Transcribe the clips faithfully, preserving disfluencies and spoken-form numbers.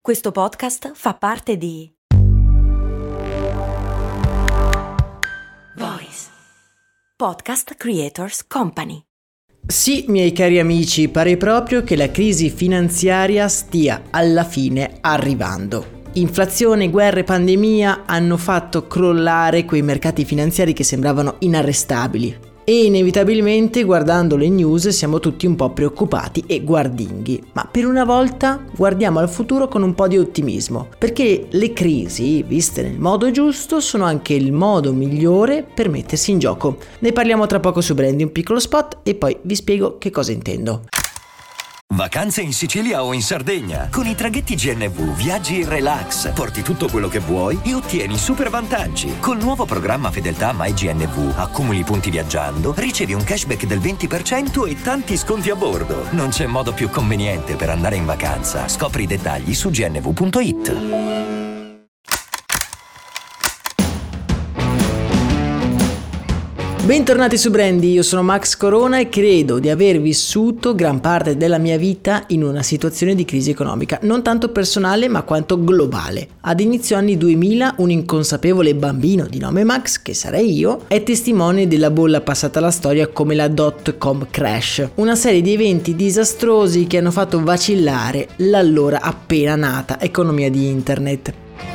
Questo podcast fa parte di Voice Podcast Creators Company. Sì, miei cari amici, pare proprio che la crisi finanziaria stia alla fine arrivando. Inflazione, guerre, pandemia hanno fatto crollare quei mercati finanziari che sembravano inarrestabili. E inevitabilmente, guardando le news, siamo tutti un po' preoccupati e guardinghi. Ma per una volta guardiamo al futuro con un po' di ottimismo, perché le crisi, viste nel modo giusto, sono anche il modo migliore per mettersi in gioco. Ne parliamo tra poco su Brandy, un piccolo spot, e poi vi spiego che cosa intendo. Vacanze in Sicilia o in Sardegna. Con i traghetti G N V viaggi in relax, porti tutto quello che vuoi e ottieni super vantaggi. Col nuovo programma Fedeltà MyGNV accumuli punti viaggiando, ricevi un cashback del venti per cento e tanti sconti a bordo. Non c'è modo più conveniente per andare in vacanza. Scopri i dettagli su g n v punto i t. Bentornati su Brandy, io sono Max Corona e credo di aver vissuto gran parte della mia vita in una situazione di crisi economica, non tanto personale ma quanto globale. Ad inizio anni duemila un inconsapevole bambino di nome Max, che sarei io, è testimone della bolla passata alla storia come la dot-com crash, una serie di eventi disastrosi che hanno fatto vacillare l'allora appena nata economia di internet.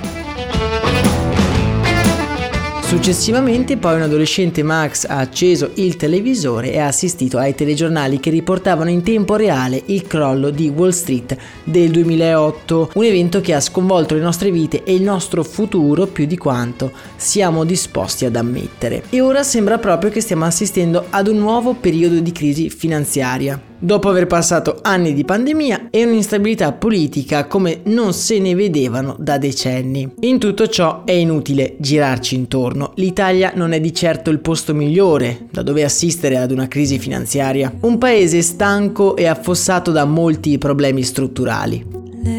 Successivamente poi un adolescente Max ha acceso il televisore e ha assistito ai telegiornali che riportavano in tempo reale il crollo di Wall Street del duemilaotto, un evento che ha sconvolto le nostre vite e il nostro futuro più di quanto siamo disposti ad ammettere. E ora sembra proprio che stiamo assistendo ad un nuovo periodo di crisi finanziaria. Dopo aver passato anni di pandemia e un'instabilità politica come non se ne vedevano da decenni. In tutto ciò è inutile girarci intorno. L'Italia non è di certo il posto migliore da dove assistere ad una crisi finanziaria. Un paese stanco e affossato da molti problemi strutturali.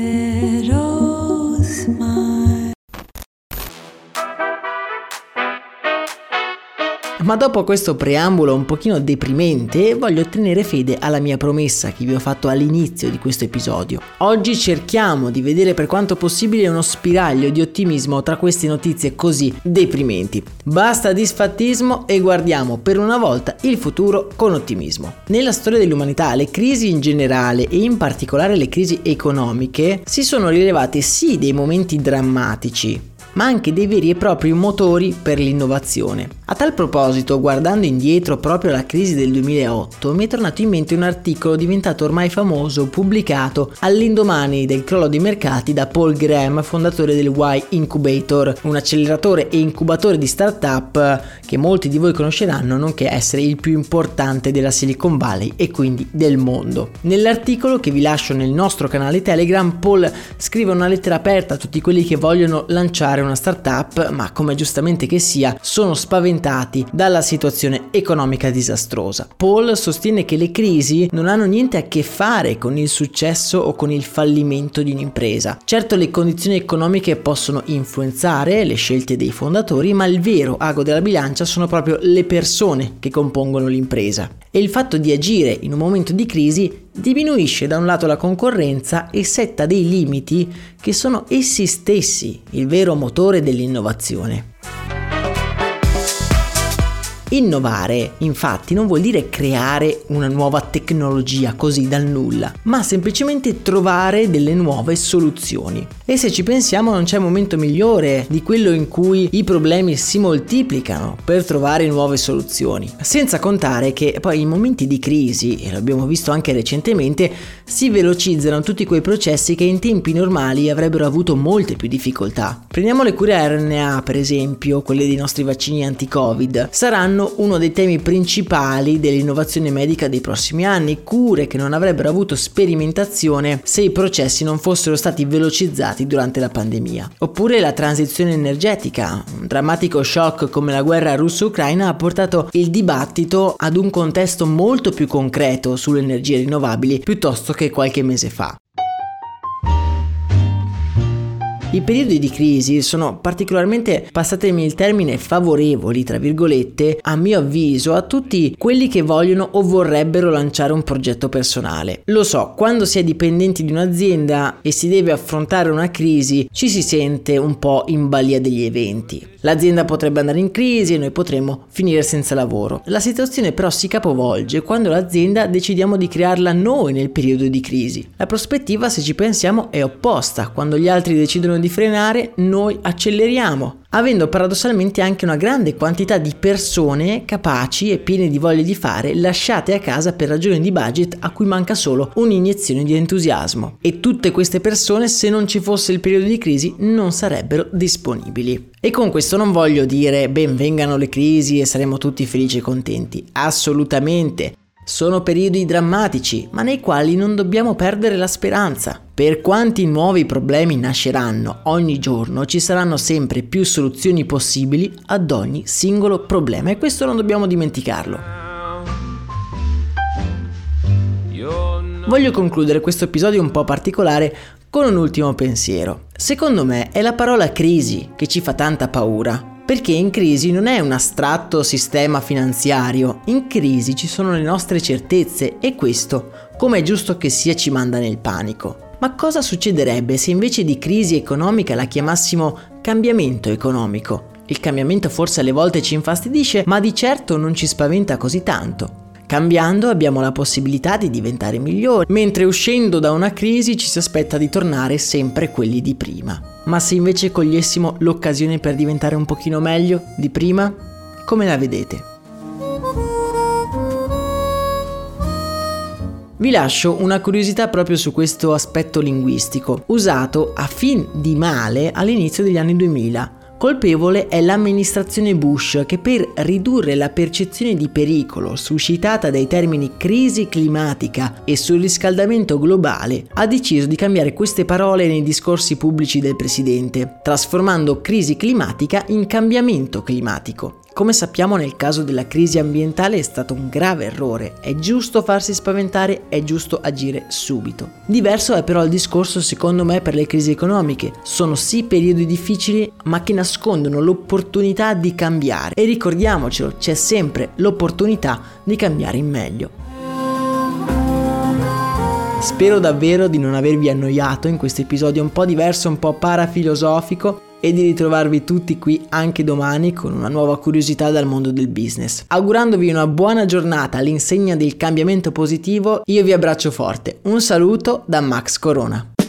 Ma dopo questo preambolo un pochino deprimente, voglio tenere fede alla mia promessa che vi ho fatto all'inizio di questo episodio. Oggi cerchiamo di vedere per quanto possibile uno spiraglio di ottimismo tra queste notizie così deprimenti. Basta disfattismo e guardiamo per una volta il futuro con ottimismo. Nella storia dell'umanità le crisi in generale e in particolare le crisi economiche si sono rilevate sì dei momenti drammatici, ma anche dei veri e propri motori per l'innovazione. A tal proposito, guardando indietro proprio alla crisi del duemilaotto, mi è tornato in mente un articolo diventato ormai famoso, pubblicato all'indomani del crollo dei mercati da Paul Graham, fondatore del Y Incubator, un acceleratore e incubatore di startup che molti di voi conosceranno, nonché essere il più importante della Silicon Valley e quindi del mondo. Nell'articolo, che vi lascio nel nostro canale Telegram, Paul scrive una lettera aperta a tutti quelli che vogliono lanciare una startup, ma come giustamente che sia, sono spaventati dalla situazione economica disastrosa. Paul sostiene che le crisi non hanno niente a che fare con il successo o con il fallimento di un'impresa. Certo, le condizioni economiche possono influenzare le scelte dei fondatori, ma il vero ago della bilancia sono proprio le persone che compongono l'impresa. E il fatto di agire in un momento di crisi diminuisce da un lato la concorrenza e setta dei limiti che sono essi stessi il vero motore dell'innovazione. Innovare, infatti, non vuol dire creare una nuova tecnologia così dal nulla, ma semplicemente trovare delle nuove soluzioni. E se ci pensiamo, non c'è momento migliore di quello in cui i problemi si moltiplicano per trovare nuove soluzioni. Senza contare che poi in momenti di crisi, e l'abbiamo visto anche recentemente, si velocizzano tutti quei processi che in tempi normali avrebbero avuto molte più difficoltà. Prendiamo le cure a R N A, per esempio, quelle dei nostri vaccini anti-Covid. Saranno uno dei temi principali dell'innovazione medica dei prossimi anni, cure che non avrebbero avuto sperimentazione se i processi non fossero stati velocizzati durante la pandemia. Oppure la transizione energetica, un drammatico shock come la guerra russo-ucraina ha portato il dibattito ad un contesto molto più concreto sulle energie rinnovabili piuttosto che qualche mese fa. I periodi di crisi sono particolarmente, passatemi il termine, favorevoli, tra virgolette, a mio avviso, a tutti quelli che vogliono o vorrebbero lanciare un progetto personale. Lo so, quando si è dipendenti di un'azienda e si deve affrontare una crisi, ci si sente un po' in balia degli eventi. L'azienda potrebbe andare in crisi e noi potremmo finire senza lavoro. La situazione però si capovolge quando l'azienda decidiamo di crearla noi nel periodo di crisi. La prospettiva, se ci pensiamo, è opposta. Quando gli altri decidono di frenare, noi acceleriamo, avendo paradossalmente anche una grande quantità di persone capaci e piene di voglia di fare lasciate a casa per ragioni di budget a cui manca solo un'iniezione di entusiasmo. E tutte queste persone, se non ci fosse il periodo di crisi, non sarebbero disponibili. E con questo non voglio dire benvengano le crisi e saremo tutti felici e contenti. Assolutamente. Sono periodi drammatici, ma nei quali non dobbiamo perdere la speranza. Per quanti nuovi problemi nasceranno ogni giorno, ci saranno sempre più soluzioni possibili ad ogni singolo problema e questo non dobbiamo dimenticarlo. Voglio concludere questo episodio un po' particolare con un ultimo pensiero. Secondo me è la parola crisi che ci fa tanta paura. Perché in crisi non è un astratto sistema finanziario, in crisi ci sono le nostre certezze e questo, come è giusto che sia, ci manda nel panico. Ma cosa succederebbe se invece di crisi economica la chiamassimo cambiamento economico? Il cambiamento forse alle volte ci infastidisce, ma di certo non ci spaventa così tanto. Cambiando abbiamo la possibilità di diventare migliori, mentre uscendo da una crisi ci si aspetta di tornare sempre quelli di prima. Ma se invece cogliessimo l'occasione per diventare un pochino meglio di prima, come la vedete? Vi lascio una curiosità proprio su questo aspetto linguistico, usato a fin di male all'inizio degli anni duemila. Colpevole è l'amministrazione Bush che per ridurre la percezione di pericolo suscitata dai termini crisi climatica e surriscaldamento globale ha deciso di cambiare queste parole nei discorsi pubblici del presidente, trasformando crisi climatica in cambiamento climatico. Come sappiamo, nel caso della crisi ambientale è stato un grave errore, è giusto farsi spaventare, è giusto agire subito. Diverso è però il discorso secondo me per le crisi economiche, sono sì periodi difficili ma che nascondono l'opportunità di cambiare e ricordiamocelo, c'è sempre l'opportunità di cambiare in meglio. Spero davvero di non avervi annoiato in questo episodio un po' diverso, un po' parafilosofico e di ritrovarvi tutti qui anche domani con una nuova curiosità dal mondo del business. Augurandovi una buona giornata all'insegna del cambiamento positivo, io vi abbraccio forte. Un saluto da Max Corona.